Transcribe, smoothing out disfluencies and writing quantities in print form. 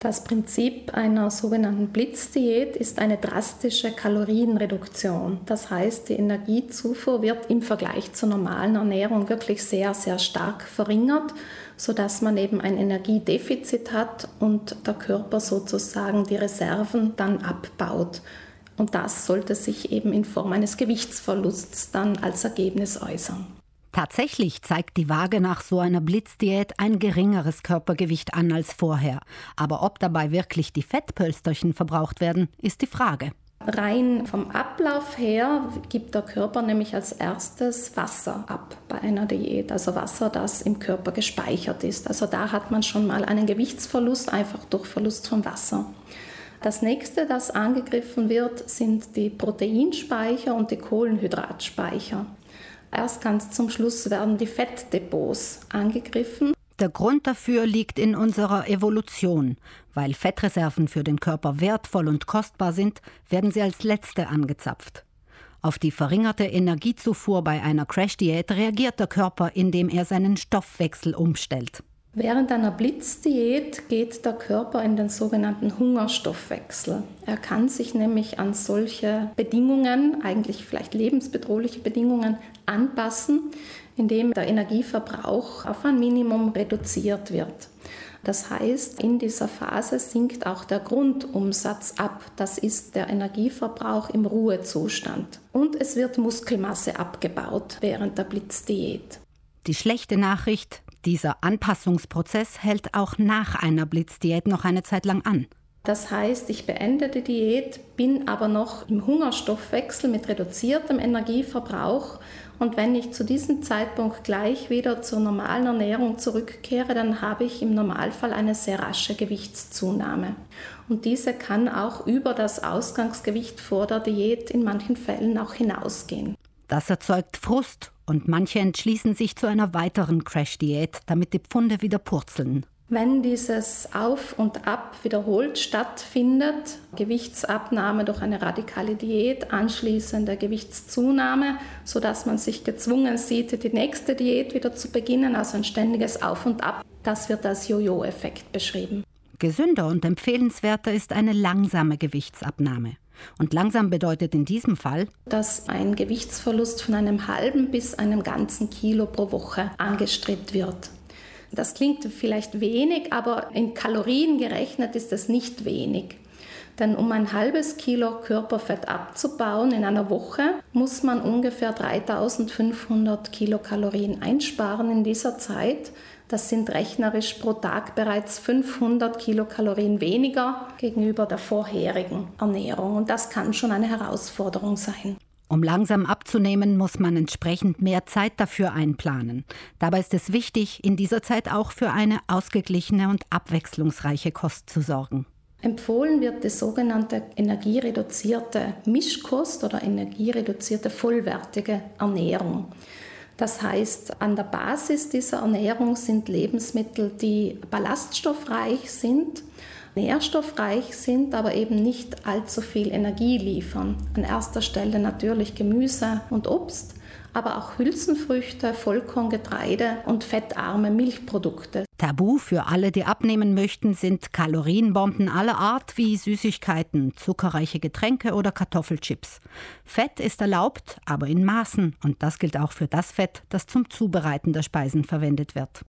Das Prinzip einer sogenannten Blitzdiät ist eine drastische Kalorienreduktion. Das heißt, die Energiezufuhr wird im Vergleich zur normalen Ernährung wirklich sehr, sehr stark verringert, sodass man eben ein Energiedefizit hat und der Körper sozusagen die Reserven dann abbaut. Und das sollte sich eben in Form eines Gewichtsverlusts dann als Ergebnis äußern. Tatsächlich zeigt die Waage nach so einer Blitzdiät ein geringeres Körpergewicht an als vorher. Aber ob dabei wirklich die Fettpölsterchen verbraucht werden, ist die Frage. Rein vom Ablauf her gibt der Körper nämlich als erstes Wasser ab bei einer Diät. Also Wasser, das im Körper gespeichert ist. Also da hat man schon mal einen Gewichtsverlust, einfach durch Verlust von Wasser. Das nächste, das angegriffen wird, sind die Proteinspeicher und die Kohlenhydratspeicher. Erst ganz zum Schluss werden die Fettdepots angegriffen. Der Grund dafür liegt in unserer Evolution. Weil Fettreserven für den Körper wertvoll und kostbar sind, werden sie als letzte angezapft. Auf die verringerte Energiezufuhr bei einer Crash-Diät reagiert der Körper, indem er seinen Stoffwechsel umstellt. Während einer Blitzdiät geht der Körper in den sogenannten Hungerstoffwechsel. Er kann sich nämlich an solche Bedingungen, eigentlich vielleicht lebensbedrohliche Bedingungen, anpassen, indem der Energieverbrauch auf ein Minimum reduziert wird. Das heißt, in dieser Phase sinkt auch der Grundumsatz ab. Das ist der Energieverbrauch im Ruhezustand. Und es wird Muskelmasse abgebaut während der Blitzdiät. Die schlechte Nachricht: Dieser Anpassungsprozess hält auch nach einer Blitzdiät noch eine Zeit lang an. Das heißt, ich beende die Diät, bin aber noch im Hungerstoffwechsel mit reduziertem Energieverbrauch. Und wenn ich zu diesem Zeitpunkt gleich wieder zur normalen Ernährung zurückkehre, dann habe ich im Normalfall eine sehr rasche Gewichtszunahme. Und diese kann auch über das Ausgangsgewicht vor der Diät in manchen Fällen auch hinausgehen. Das erzeugt Frust und manche entschließen sich zu einer weiteren Crash-Diät, damit die Pfunde wieder purzeln. Wenn dieses Auf und Ab wiederholt stattfindet, Gewichtsabnahme durch eine radikale Diät, anschließende Gewichtszunahme, sodass man sich gezwungen sieht, die nächste Diät wieder zu beginnen, also ein ständiges Auf und Ab, das wird als Jojo-Effekt beschrieben. Gesünder und empfehlenswerter ist eine langsame Gewichtsabnahme. Und langsam bedeutet in diesem Fall, dass ein Gewichtsverlust von einem halben bis einem ganzen Kilo pro Woche angestrebt wird. Das klingt vielleicht wenig, aber in Kalorien gerechnet ist das nicht wenig. Denn um ein halbes Kilo Körperfett abzubauen in einer Woche, muss man ungefähr 3500 Kilokalorien einsparen in dieser Zeit. Das sind rechnerisch pro Tag bereits 500 Kilokalorien weniger gegenüber der vorherigen Ernährung. Und das kann schon eine Herausforderung sein. Um langsam abzunehmen, muss man entsprechend mehr Zeit dafür einplanen. Dabei ist es wichtig, in dieser Zeit auch für eine ausgeglichene und abwechslungsreiche Kost zu sorgen. Empfohlen wird die sogenannte energiereduzierte Mischkost oder energiereduzierte vollwertige Ernährung. Das heißt, an der Basis dieser Ernährung sind Lebensmittel, die ballaststoffreich sind, nährstoffreich sind, aber eben nicht allzu viel Energie liefern. An erster Stelle natürlich Gemüse und Obst, aber auch Hülsenfrüchte, Vollkorngetreide und fettarme Milchprodukte. Tabu für alle, die abnehmen möchten, sind Kalorienbomben aller Art wie Süßigkeiten, zuckerreiche Getränke oder Kartoffelchips. Fett ist erlaubt, aber in Maßen. Und das gilt auch für das Fett, das zum Zubereiten der Speisen verwendet wird.